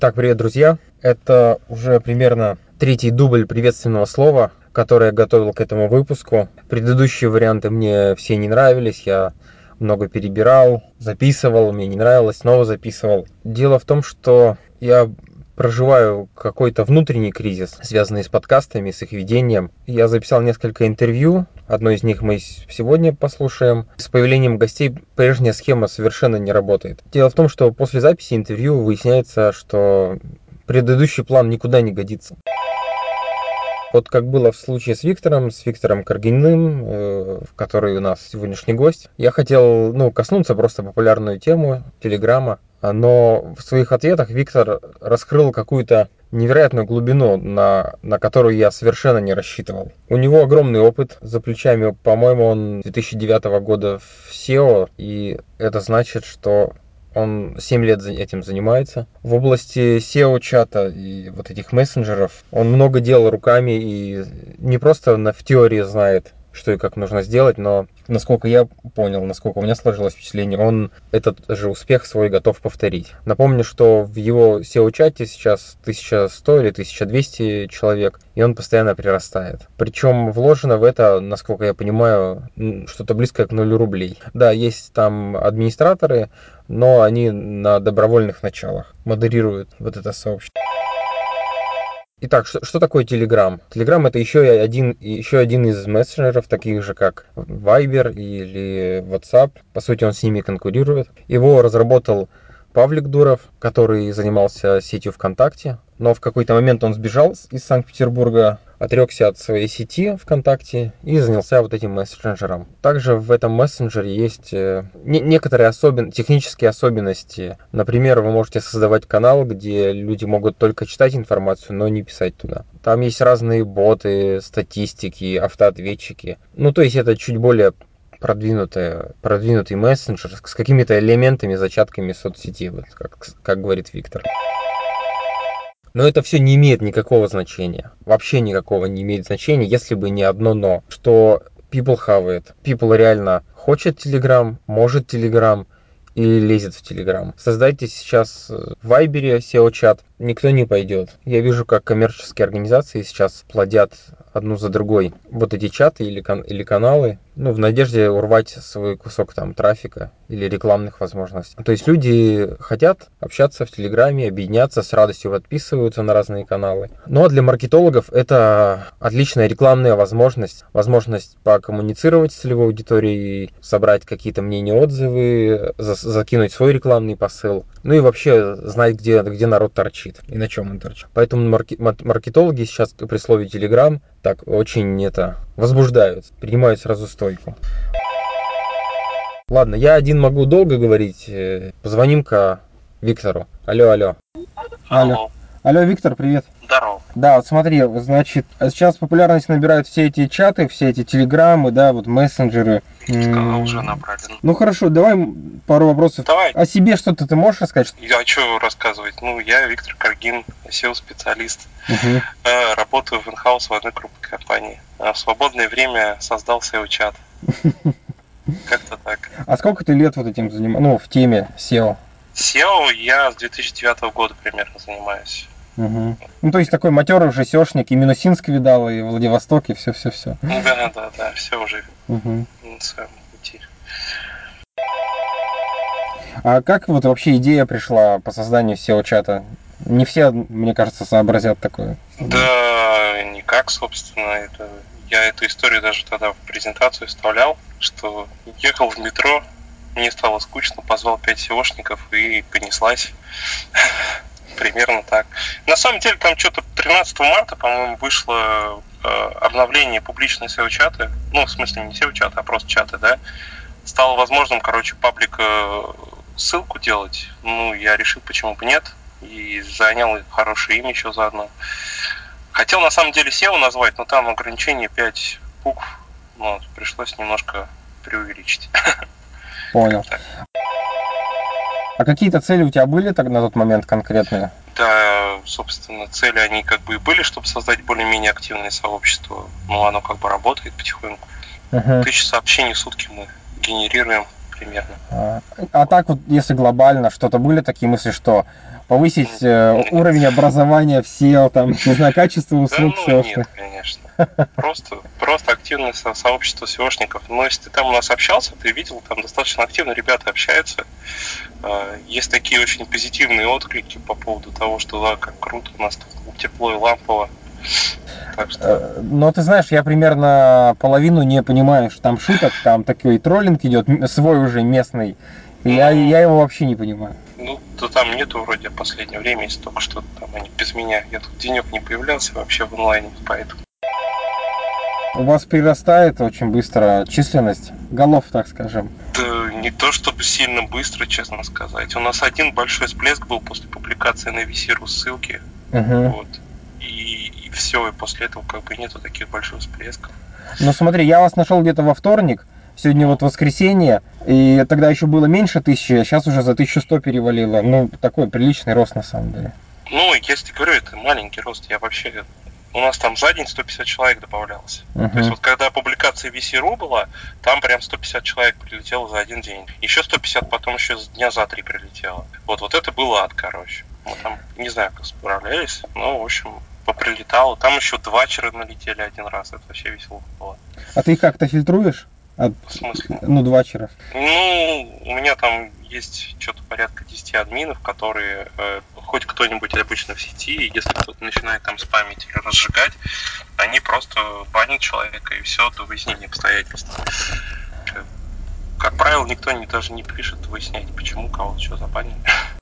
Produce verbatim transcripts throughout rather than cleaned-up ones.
Так, привет, друзья. Это уже примерно третий дубль приветственного слова, которое я готовил к этому выпуску. Предыдущие варианты мне все не нравились, я много перебирал, записывал, мне не нравилось, снова записывал. Дело в том, что я проживаю какой-то внутренний кризис, связанный с подкастами, с их ведением. Я записал несколько интервью, одно из них мы сегодня послушаем. С появлением гостей прежняя схема совершенно не работает. Дело в том, что после записи интервью выясняется, что предыдущий план никуда не годится. Вот как было в случае с Виктором, с Виктором Каргиным, э, который у нас сегодняшний гость. Я хотел ну, коснуться просто популярную тему Телеграма, но в своих ответах Виктор раскрыл какую-то невероятную глубину, на, на которую я совершенно не рассчитывал. У него огромный опыт за плечами, по-моему, он две тысячи девятого года в сео, и это значит, что он семь лет этим занимается. В области сео-чата и вот этих мессенджеров он много делал руками и не просто в теории знает, что и как нужно сделать, но, насколько я понял, насколько у меня сложилось впечатление, он этот же успех свой готов повторить. Напомню, что в его сео-чате сейчас тысяча сто или тысяча двести человек, и он постоянно прирастает. Причем вложено в это, насколько я понимаю, что-то близкое к нулю рублей. Да, есть там администраторы, но они на добровольных началах модерируют вот это сообщество. Итак, что, что такое Telegram? Telegram это еще один, еще один из мессенджеров, таких же как Viber или WhatsApp. По сути, он с ними конкурирует. Его разработал Павлик Дуров, который занимался сетью ВКонтакте. Но в какой-то момент он сбежал из Санкт-Петербурга, отрекся от своей сети ВКонтакте и занялся вот этим мессенджером. Также в этом мессенджере есть не- некоторые особен... технические особенности. Например, вы можете создавать канал, где люди могут только читать информацию, но не писать туда. Там есть разные боты, статистики, автоответчики. Ну, то есть это чуть более продвинутый, продвинутый мессенджер с какими-то элементами, зачатками соцсети, вот как, как говорит Виктор. Но это все не имеет никакого значения. Вообще никакого не имеет значения, если бы не одно но. Что people have it. People реально хочет Telegram, может Telegram и лезет в Telegram. Создайте сейчас в Вайбере сео-чат. Никто не пойдет. Я вижу, как коммерческие организации сейчас плодят одну за другой вот эти чаты или, кан- или каналы, ну, в надежде урвать свой кусок там трафика или рекламных возможностей. То есть люди хотят общаться в Телеграме, объединяться, с радостью подписываются на разные каналы. Ну а для маркетологов это отличная рекламная возможность, возможность покоммуницировать с целевой аудиторией, собрать какие-то мнения, отзывы, за- закинуть свой рекламный посыл, ну и вообще знать, где, где народ торчит и на чем он торчит. Поэтому марки- маркетологи сейчас при слове Telegram так очень это возбуждают, принимают сразу стойку. Ладно, я один могу долго говорить. Позвоним-ка Виктору. Алло, алло. Алло. Алло, Виктор, привет. Здорово. Да, вот смотри, значит, сейчас популярность набирают все эти чаты, все эти телеграммы, да, вот мессенджеры. Сказал уже набрали. Ну хорошо, давай пару вопросов. Давай. О себе что-то ты можешь рассказать? Я что рассказывать? Ну, я Виктор Каргин, сео-специалист. Угу. Работаю в инхаус в одной крупной компании. В свободное время создал сео-чат. Как-то так. А сколько ты лет вот этим занимаешься, ну, в теме сео? сео я с две тысячи девятого года примерно занимаюсь. Угу. Ну, то есть такой матерый уже сеошник, и Минусинск видал, и Владивосток, и все-все-все. Да, да, да, все уже угу. на своем пути. А как вот вообще идея пришла по созданию сео-чата? Не все, мне кажется, сообразят такое. Да, никак, собственно. Это... Я эту историю даже тогда в презентацию вставлял, что ехал в метро, мне стало скучно, позвал пять сеошников и понеслась. Примерно так. На самом деле, там что-то тринадцатого марта, по-моему, вышло э, обновление публичной сео-чаты. Ну, в смысле, не сео-чаты, а просто чаты, да. Стало возможным, короче, паблик э, ссылку делать. Ну, я решил, почему бы нет. И занял хорошее имя еще заодно. Хотел, на самом деле, сео назвать, но там ограничение пять букв. Ну, пришлось немножко преувеличить. Понял. А какие-то цели у тебя были так на тот момент конкретные? Да, собственно, цели они как бы и были, чтобы создать более-менее активное сообщество. Но оно как бы работает потихоньку. Uh-huh. Тысячи сообщений в сутки мы генерируем. примерно. А, а так вот, если глобально, что-то были такие мысли, что повысить э, уровень образования в сео, там, не знаю, качество Да услуг ну сеошных? нет, конечно. Просто, просто активное со- сообщество сеошников. Но если ты там у нас общался, ты видел, там достаточно активно ребята общаются. Э, Есть такие очень позитивные отклики по поводу того, что да, как круто, у нас тут тепло и лампово. Так что Э, Но ты знаешь, я примерно половину не понимаю, что там шуток, там такой троллинг идет, м- свой уже местный. И Я, Ну, я его вообще не понимаю. ну, да там нету вроде в последнее время, если только что-то там они без меня. Я тут денек не появлялся вообще в онлайне, поэтому. У вас прирастает очень быстро численность голов, так скажем. Да не то чтобы сильно быстро, честно сказать. У нас один большой всплеск был после публикации на Висиру ссылки. Угу. Вот. И, и все, и после этого как бы нету таких больших всплесков. Но смотри, я вас нашел где-то во вторник, сегодня вот воскресенье, и тогда еще было меньше тысячи, а сейчас уже за тысячу сто перевалило. Ну, такой приличный рост на самом деле. Ну, я тебе говорю, это маленький рост. Я вообще... У нас там за день сто пятьдесят человек добавлялось. Угу. То есть вот когда публикация ви си эр у была, там прям сто пятьдесят человек прилетело за один день. Еще сто пятьдесят потом еще дня за три прилетело. Вот, вот это был ад, короче. Мы там, не знаю, как справлялись, но, в общем, поприлетало. Там еще два вчера налетели один раз. Это вообще весело было. А ты их как-то фильтруешь? От, В смысле? ну, двачеров. Ну, у меня там есть что-то порядка десяти админов, которые э, хоть кто-нибудь обычно в сети, и если кто-то начинает там спамить или разжигать, они просто банят человека, и все до выяснения обстоятельств. Как правило, никто не, даже не пишет выяснять, почему кого-то что забанили.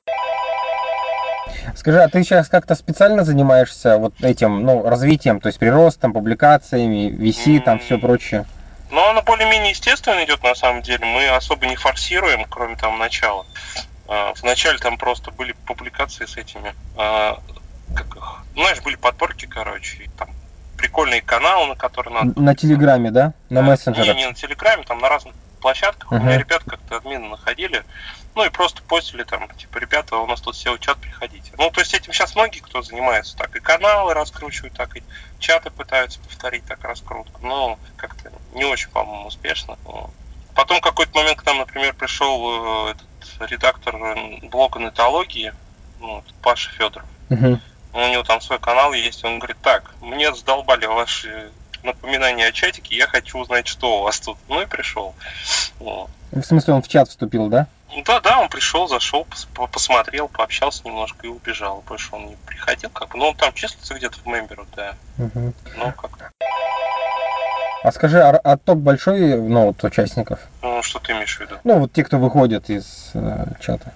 Скажи, а ты сейчас как-то специально занимаешься вот этим, ну, развитием, то есть приростом, публикациями, ви си, там все прочее? Ну, оно более-менее естественно идет на самом деле. Мы особо не форсируем, кроме там начала. Вначале там просто были публикации с этими, как их, знаешь, были подборки, короче, там прикольные каналы, на которые надо... На Телеграме, да? На Да. мессенджерах? Не, не на Телеграме, там на разных площадках. Uh-huh. У меня ребят как-то админы находили, ну и просто постили там, типа, ребята, у нас тут сео-чат, приходите. Ну, то есть этим сейчас многие, кто занимается, так и каналы раскручивают, так и чаты пытаются повторить, так раскрутку, но как-то не очень, по-моему, успешно. Потом какой-то момент к нам, например, пришел этот редактор блога нетологии, ну, Паша Федоров. Uh-huh. У него там свой канал есть, он говорит, так, мне задолбали ваши напоминания о чатике, я хочу узнать, что у вас тут. Ну и пришел. Вот. В смысле, он в чат вступил, да? Да, да, он пришел, зашел, посмотрел, пообщался немножко и убежал. Больше он не приходил, как бы. Ну, он там числится где-то в мемберу, да. Uh-huh. Ну, как. А скажи, а отток большой, ну, вот участников? Ну, что ты имеешь в виду? Ну, вот те, кто выходит из э, чата.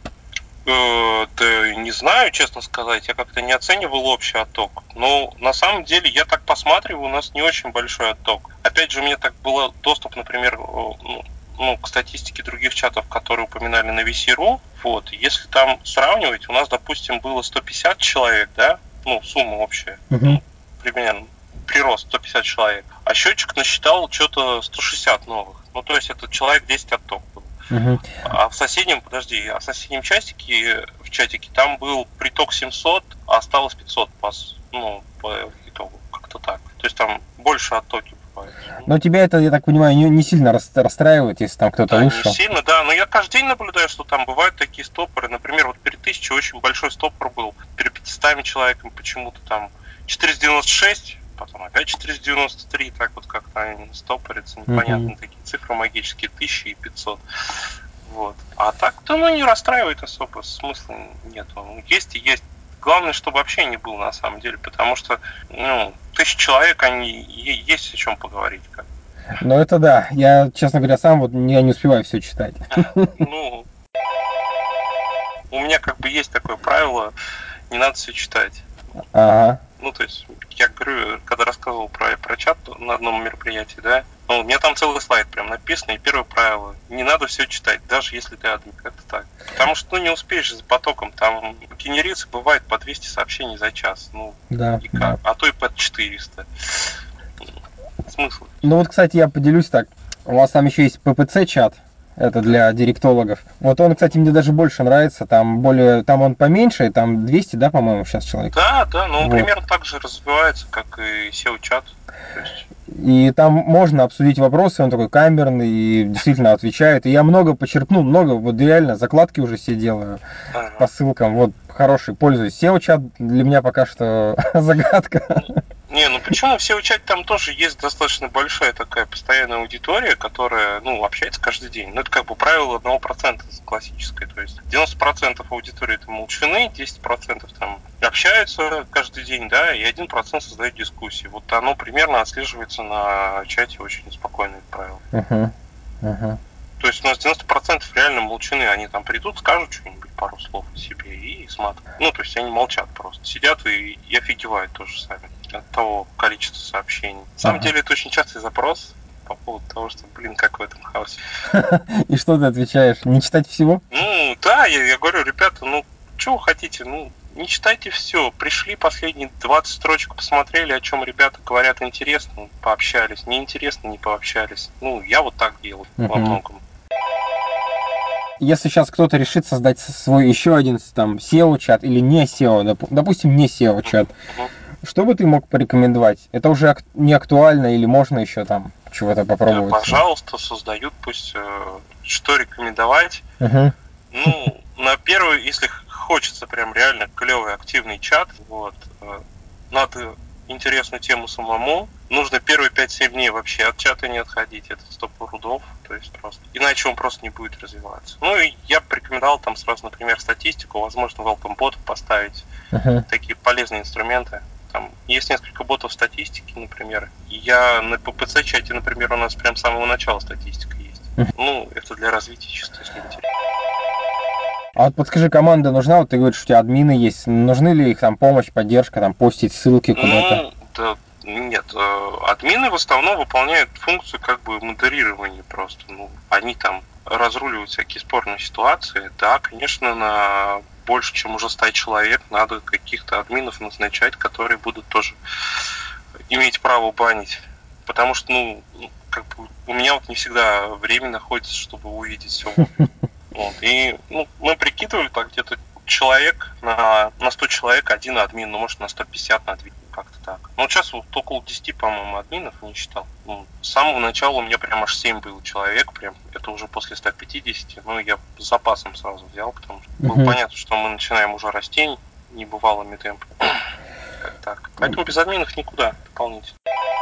Да не знаю, честно сказать, я как-то не оценивал общий отток. Но на самом деле я так посматриваю, у нас не очень большой отток. Опять же, у меня так был доступ, например, ну, ну, к статистике других чатов, которые упоминали на ви си эр у. Вот, если там сравнивать, у нас, допустим, было сто пятьдесят человек, да, ну, сумма общая, Uh-huh. ну, примерно, прирост сто пятьдесят человек. А счетчик насчитал что-то сто шестьдесят новых. Ну, то есть это человек десять отток был. Uh-huh. А в соседнем, подожди, а в соседнем чатике, в чатике, там был приток семьсот, а осталось пятьсот по, ну, по итогу, как-то так. То есть там больше оттоки бывает. Но тебя это, я так понимаю, не, не сильно расстраивает, если там кто-то Да, вышел? не сильно, да, но я каждый день наблюдаю, что там бывают такие стопоры. Например, вот перед тысячей очень большой стопор был, перед пятистами человеками почему-то там четыреста девяносто шесть, потом опять четыреста девяносто три, так вот как-то они стопорятся, непонятные uh-huh. такие цифры магические, тысяча и пятьсот. Вот. А так-то, ну, не расстраивает особо, смысла нету. Есть и есть. Главное, чтобы вообще не было на самом деле, потому что, ну, тысяча человек, они есть о чем поговорить. Как. Ну, это да. Я, честно говоря, сам вот я не успеваю все читать. Ну, у меня как бы есть такое правило, не надо все читать. Ага. Ну, то есть, я говорю, когда рассказывал про, про чат на одном мероприятии, да, ну, у меня там целый слайд прям написан, и первое правило, не надо все читать, даже если ты админ, как-то так. Потому что, ну, не успеешь за потоком, там генерится бывает по двести сообщений за час, ну, да, и как, да. а то и под четыреста. Смысл? Ну, вот, кстати, я поделюсь так, у вас там еще есть пэ пэ цэ-чат, это для директологов. Вот он, кстати, мне даже больше нравится, там более, там он поменьше, там двести, да, по-моему, сейчас человек? Да, да, но он вот. примерно так же развивается, как и сео-чат. То есть... И там можно обсудить вопросы, он такой камерный и действительно отвечает. И я много почерпнул, много, вот реально закладки уже все делаю по Ага. ссылкам. Вот хороший, пользуюсь. сео-чат для меня пока что загадка. Не, ну почему все учать, там тоже есть достаточно большая такая постоянная аудитория, которая, ну, общается каждый день. Ну, это как бы правило одного процента классическое. То есть девяносто процентов аудитории это молчаны, десять процентов там общаются каждый день, да, и один процент создает дискуссии. Вот оно примерно отслеживается на чате очень спокойно, это правило. Угу, угу. То есть у нас девяносто процентов реально молчаны, они там придут, скажут что-нибудь, пару слов о себе и сматывают. Ну, то есть они молчат просто, сидят и, и офигевают тоже сами от того количества сообщений. На самом Ага. деле это очень частый запрос по поводу того, что, блин, как в этом хаосе. И что ты отвечаешь? Не читать всего? Ну, да, я, я говорю, ребята, ну, что вы хотите, ну, не читайте все. Пришли последние двадцать строчек, посмотрели, о чем ребята говорят интересно, пообщались. Неинтересно, не пообщались. Ну, я вот так делаю во Угу. многом. Если сейчас кто-то решит создать свой еще один там сео-чат или не сео, доп- допустим, не сео-чат, Мгм. что бы ты мог порекомендовать? Это уже ак- не актуально или можно еще там чего-то Э, попробовать? Пожалуйста, создают, пусть э, что рекомендовать. Угу. Ну, на первый, если хочется прям реально клевый активный чат, вот, э, надо интересную тему самому. Нужно первые пять-семь дней вообще от чата не отходить, это стоп рудов, то есть просто. Иначе он просто не будет развиваться. Ну и я бы рекомендовал там сразу, например, статистику, возможно, welcome bot поставить, Угу. такие полезные инструменты. Там есть несколько ботов статистики, например. И я на пэ пэ цэ-чате, например, у нас прям с самого начала статистика есть. Ну, это для развития чисто, если интересно. А вот подскажи, команда нужна? Вот ты говоришь, что у тебя админы есть. Нужны ли их там помощь, поддержка, там постить ссылки куда-то? Ну, да, нет. э, Админы в основном выполняют функцию как бы модерирования просто. Ну, они там разруливают всякие спорные ситуации. Да, конечно, на больше, чем уже ста человек, надо каких-то админов назначать, которые будут тоже иметь право банить. Потому что, ну, как бы у меня вот не всегда время находится, чтобы увидеть все. Вот. И ну, мы прикидывали так где-то человек на, на сто человек один админ, ну может на сто пятьдесят на двести, как-то так. Ну сейчас вот около десяти, по-моему, админов не считал. Ну, с самого начала у меня прям аж семь было человек, прям это уже после ста пятидесяти, ну я с запасом сразу взял, потому что было Угу. понятно, что мы начинаем уже расти небывалыми темпами. Как так. Поэтому без админов никуда дополнительно.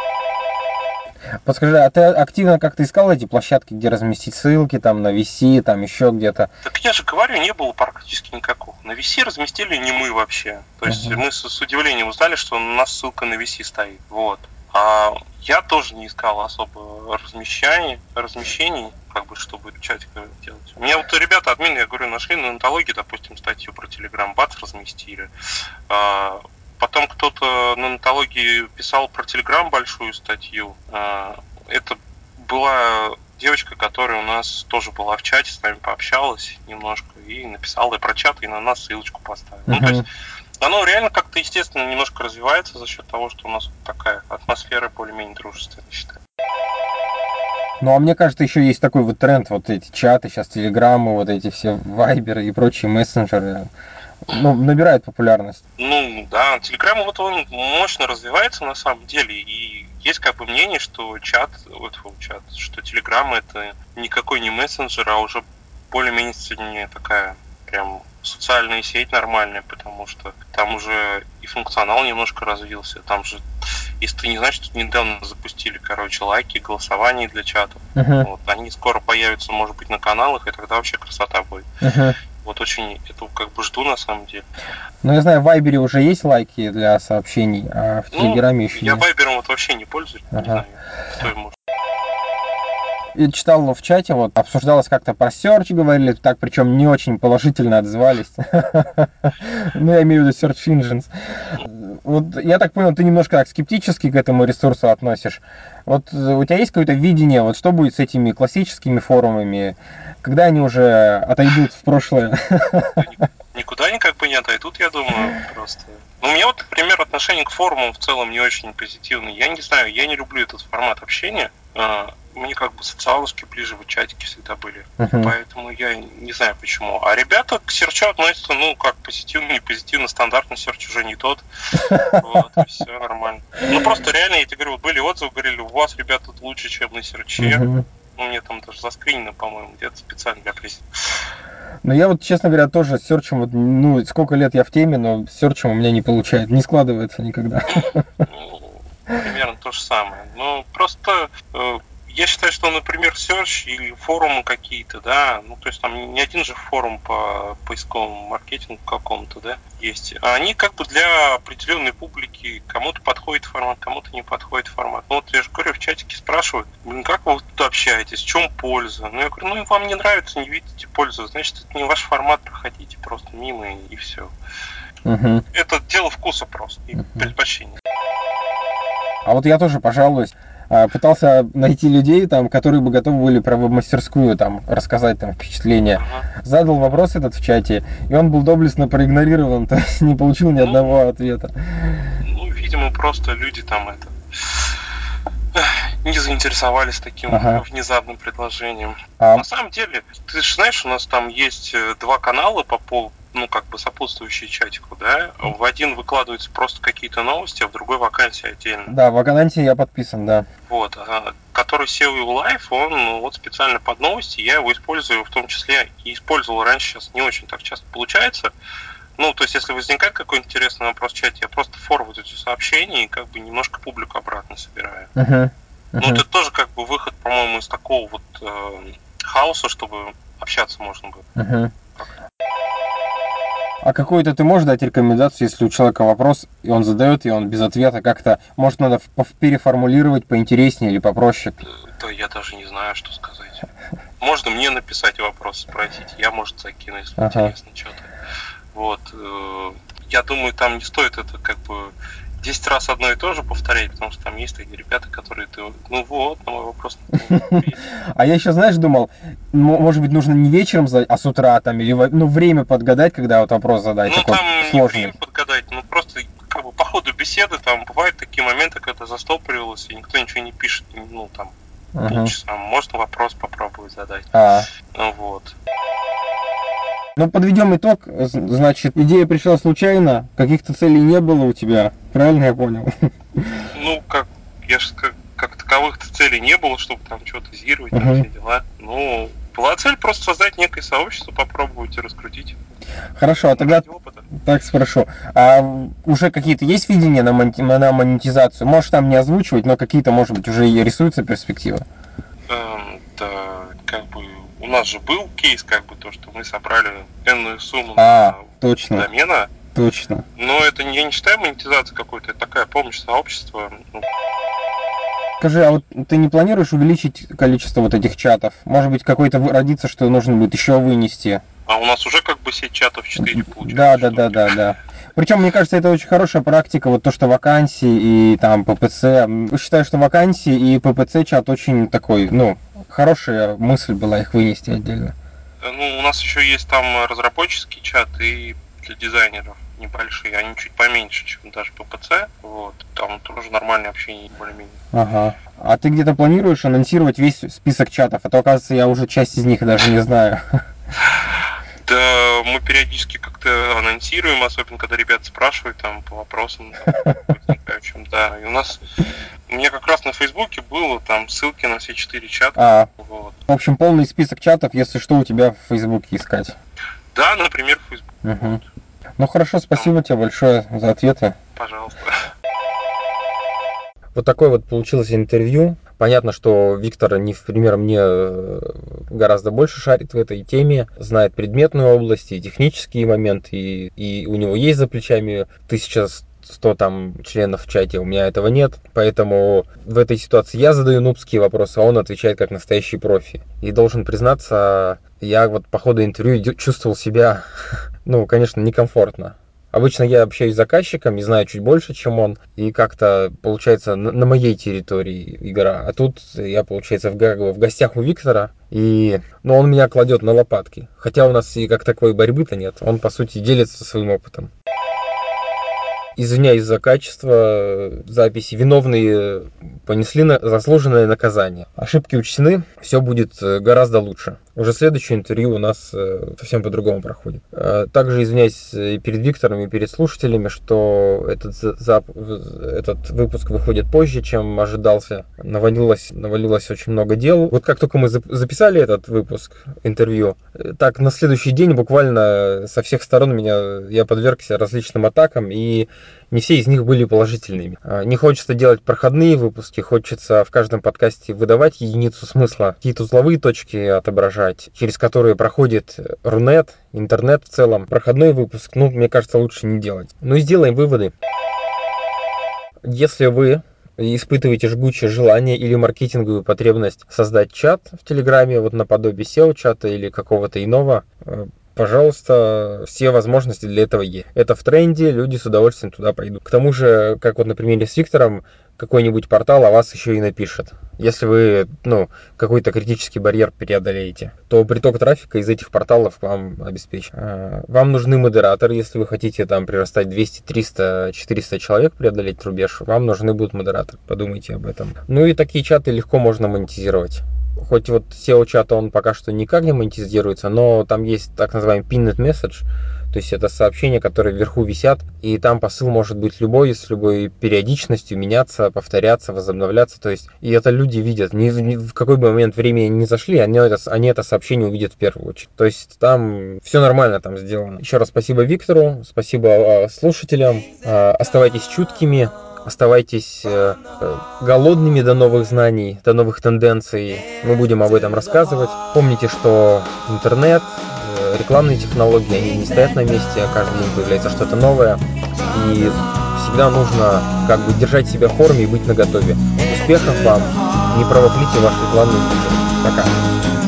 Подскажи, а ты активно как-то искал эти площадки, где разместить ссылки, там на ви си, там еще где-то? Так я же говорю, не было практически никакого. На ви си разместили не мы вообще. То есть Угу. мы с, с удивлением узнали, что у нас ссылка на ви си стоит. Вот. А я тоже не искал особо размещений, размещений, как бы, чтобы чатик делать. У меня вот ребята, админы, я говорю, нашли на онтологии, допустим, статью про Telegram, бац, разместили. А, потом кто-то на онтологии писал про Telegram большую статью. А, это была девочка, которая у нас тоже была в чате, с нами пообщалась немножко и написала и про чат, и на нас ссылочку поставила. Ну, то есть Угу. оно реально как-то, естественно, немножко развивается за счет того, что у нас такая атмосфера более-менее дружественная, считаю. Ну, а мне кажется, еще есть такой вот тренд, вот эти чаты, сейчас телеграммы, вот эти все вайберы и прочие мессенджеры, ну, набирают популярность. Ну, да, Telegram вот он мощно развивается на самом деле, и есть как бы мнение, что чат, вот чат, что Telegram это никакой не мессенджер, а уже более-менее не такая прям социальная сеть нормальная, потому что там уже и функционал немножко развился, там же, если ты не знаешь, тут недавно запустили, короче, лайки, голосование для чатов, Угу. вот, они скоро появятся, может быть, на каналах, и тогда вообще красота будет. Угу. Вот очень это как бы жду на самом деле. Ну, я знаю, в вайбере уже есть лайки для сообщений, а в Ну, телеграме еще я нет. вайбером вот вообще не пользуюсь, не Ага. знаю, кто ему может. Я читал в чате, вот, обсуждалось как-то про Search, говорили, так, причем не очень положительно отзывались. Ну, я имею в виду Search Engines. Вот я так понял, ты немножко так скептически к этому ресурсу относишь. Вот у тебя есть какое-то видение, вот что будет с этими классическими форумами, когда они уже отойдут в прошлое? Да никуда они как бы не отойдут, я думаю, просто. Ну, у меня вот, например, отношение к форумам в целом не очень позитивное. Я не знаю, я не люблю этот формат общения. мне как бы социаловски ближе в чатике всегда были. Uh-huh. Поэтому я не знаю почему. А ребята к серчу относятся, ну, как позитивно, не позитивно, стандартный серч уже не тот. Вот, и все нормально. Ну, просто реально, я тебе говорю, были отзывы, говорили, у вас, ребята, тут лучше, чем на серче. Uh-huh. Ну, мне там даже заскринено, по-моему, где-то специально для прессы. Ну, я вот, честно говоря, тоже с серчем, вот, ну, сколько лет я в теме, но с серчем у меня не получается, не складывается никогда. Ну, примерно то же самое. Ну, просто э, я считаю, что, например, Search или форумы какие-то, да, ну, то есть там не один же форум по поисковому маркетингу какому-то, да, есть. А они как бы для определенной публики, кому-то подходит формат, кому-то не подходит формат. Ну, вот я же говорю, в чатике спрашивают, блин, как вы тут общаетесь, в чем польза? Ну, я говорю, ну, вам не нравится, не видите пользу, значит, это не ваш формат, проходите просто мимо и, и все. Uh-huh. Это дело вкуса просто и uh-huh. предпочтения. А вот я тоже пожалуюсь. Пытался найти людей, там, которые бы готовы были про веб-мастерскую там, рассказать там, впечатления. Uh-huh. Задал вопрос этот в чате, и он был доблестно проигнорирован, то есть не получил ни ну, одного ответа. Ну, видимо, просто люди там это не заинтересовались таким ага. внезапным предложением. А... На самом деле, ты же знаешь, у нас там есть два канала по пол, ну, как бы сопутствующие чатику, да? В один выкладываются просто какие-то новости, а в другой вакансии отдельно. Да, в вакансии я подписан, да. Вот, а, который эс и о Live, он ну, вот специально под новости, я его использую, в том числе и использовал раньше, сейчас не очень так часто получается. Ну, то есть, если возникает какой-нибудь интересный вопрос в чате, я просто форвардю эти сообщения и как бы немножко публику обратно собираю. Uh-huh. Uh-huh. Ну, это тоже как бы выход, по-моему, из такого вот э, хаоса, чтобы общаться можно было. Uh-huh. А какую-то ты можешь дать рекомендацию, если у человека вопрос, и он задает, и он без ответа как-то, может, надо переформулировать поинтереснее или попроще? Да я даже не знаю, что сказать. Можно мне написать вопрос, спросить, я, может, закину, если ага. интересно что-то. Вот. Я думаю, там не стоит это как бы десять раз одно и то же повторять, потому что там есть такие ребята, которые ты, ну вот, на мой вопрос. А я еще, знаешь, думал, может быть, нужно не вечером задать, а с утра там, или ну, время подгадать, когда вот вопрос задать. Ну, там не время подгадать, ну, просто как бы по ходу беседы там бывают такие моменты, когда застопоривалось, и никто ничего не пишет, ну, там, uh-huh. полчаса. Можно вопрос попробовать задать. А. Вот. Ну, подведем итог. Значит, идея пришла случайно, каких-то целей не было у тебя. Правильно я понял? Ну, как, я же как, как таковых-то целей не было, чтобы там что-то зировать, там uh-huh. все дела. Ну, была цель просто создать некое сообщество, попробовать и раскрутить. Хорошо, а тогда так спрошу. А уже какие-то есть видения на, монти- на монетизацию? Можешь там не озвучивать, но какие-то, может быть, уже и рисуются перспективы? Эм, да, как бы у нас же был кейс, как бы то, что мы собрали энную сумму а, на точно. домена. Точно. Но это я не считаю монетизацией какой-то, это такая помощь сообщества. Ну. Скажи, а вот ты не планируешь увеличить количество вот этих чатов? Может быть, какой-то родится, что нужно будет еще вынести? А у нас уже как бы сеть чатов четыре получается. Да, да, да, да, да. Причем, мне кажется, это очень хорошая практика, вот то, что вакансии и там ППЦ. Считаю, что вакансии и ППЦ чат очень такой, ну, хорошая мысль была их вынести отдельно. Ну, у нас еще есть там разработческий чат и для дизайнеров небольшие, они чуть поменьше, чем даже ППЦ. Вот. Там тоже нормальное общение более-менее. Ага. А ты где-то планируешь анонсировать весь список чатов? А то, оказывается, я уже часть из них даже не знаю. Да, мы периодически как-то анонсируем, особенно когда ребята спрашивают там по вопросам возникающим. Да, и у нас, у меня как раз на Фейсбуке было там ссылки на все четыре чата. А, вот. В общем, полный список чатов, если что, у тебя в Фейсбуке искать. Да, например, в Фейсбуке. Угу. Вот. Ну хорошо, спасибо там. тебе большое за ответы. Пожалуйста. Вот такое вот получилось интервью. Понятно, что Виктор не в пример мне гораздо больше шарит в этой теме, знает предметную область и технические моменты, и, и у него есть за плечами тысяча сто там членов в чате, у меня этого нет, поэтому в этой ситуации я задаю нубские вопросы, а он отвечает как настоящий профи. И должен признаться, я вот по ходу интервью чувствовал себя, ну, конечно, некомфортно. Обычно я общаюсь с заказчиком и знаю чуть больше, чем он, и как-то получается на, на моей территории игра. А тут я, получается, в, в гостях у Виктора, и ну, он меня кладет на лопатки. Хотя у нас и как таковой борьбы-то нет, он, по сути, делится своим опытом. Извиняюсь за качество записи. Виновные понесли заслуженное наказание. Ошибки учтены, все будет гораздо лучше. Уже следующее интервью у нас совсем по-другому проходит. Также извиняюсь перед Виктором и перед слушателями, что этот, зап... этот выпуск выходит позже, чем ожидался. Навалилось, навалилось очень много дел. Вот как только мы записали этот выпуск, интервью, так на следующий день буквально со всех сторон меня, я подвергся различным атакам, и не все из них были положительными. Не хочется делать проходные выпуски, хочется в каждом подкасте выдавать единицу смысла, какие-то узловые точки отображать, через которые проходит Рунет, интернет в целом. Проходной выпуск, ну, мне кажется, лучше не делать. Ну и сделаем выводы. Если вы испытываете жгучее желание или маркетинговую потребность создать чат в Телеграме, вот наподобие сео-чата или какого-то иного, пожалуйста, все возможности для этого есть. Это в тренде, люди с удовольствием туда пойдут. К тому же, как вот на примере с Виктором, какой-нибудь портал о вас еще и напишет. Если вы, ну, какой-то критический барьер преодолеете, то приток трафика из этих порталов вам обеспечен. Вам нужны модераторы, если вы хотите там прирастать двести, триста, четыреста человек, преодолеть рубеж, вам нужны будут модераторы. Подумайте об этом. Ну и такие чаты легко можно монетизировать. Хоть вот сео-чат, он пока что никак не монетизируется, но там есть так называемый pinned message, то есть это сообщения, которые вверху висят, и там посыл может быть любой, с любой периодичностью меняться, повторяться, возобновляться, то есть, и это люди видят, ни, ни в какой бы момент времени не зашли, они это, они это сообщение увидят в первую очередь, то есть там все нормально там сделано. Еще раз спасибо Виктору, спасибо слушателям, оставайтесь чуткими. Оставайтесь э, голодными до новых знаний, до новых тенденций. Мы будем об этом рассказывать. Помните, что интернет, э, рекламные технологии, они не стоят на месте, каждый день появляется что-то новое. И всегда нужно как бы держать себя в форме и быть наготове. Успехов вам! Не провалите ваш рекламный бизнес. Пока!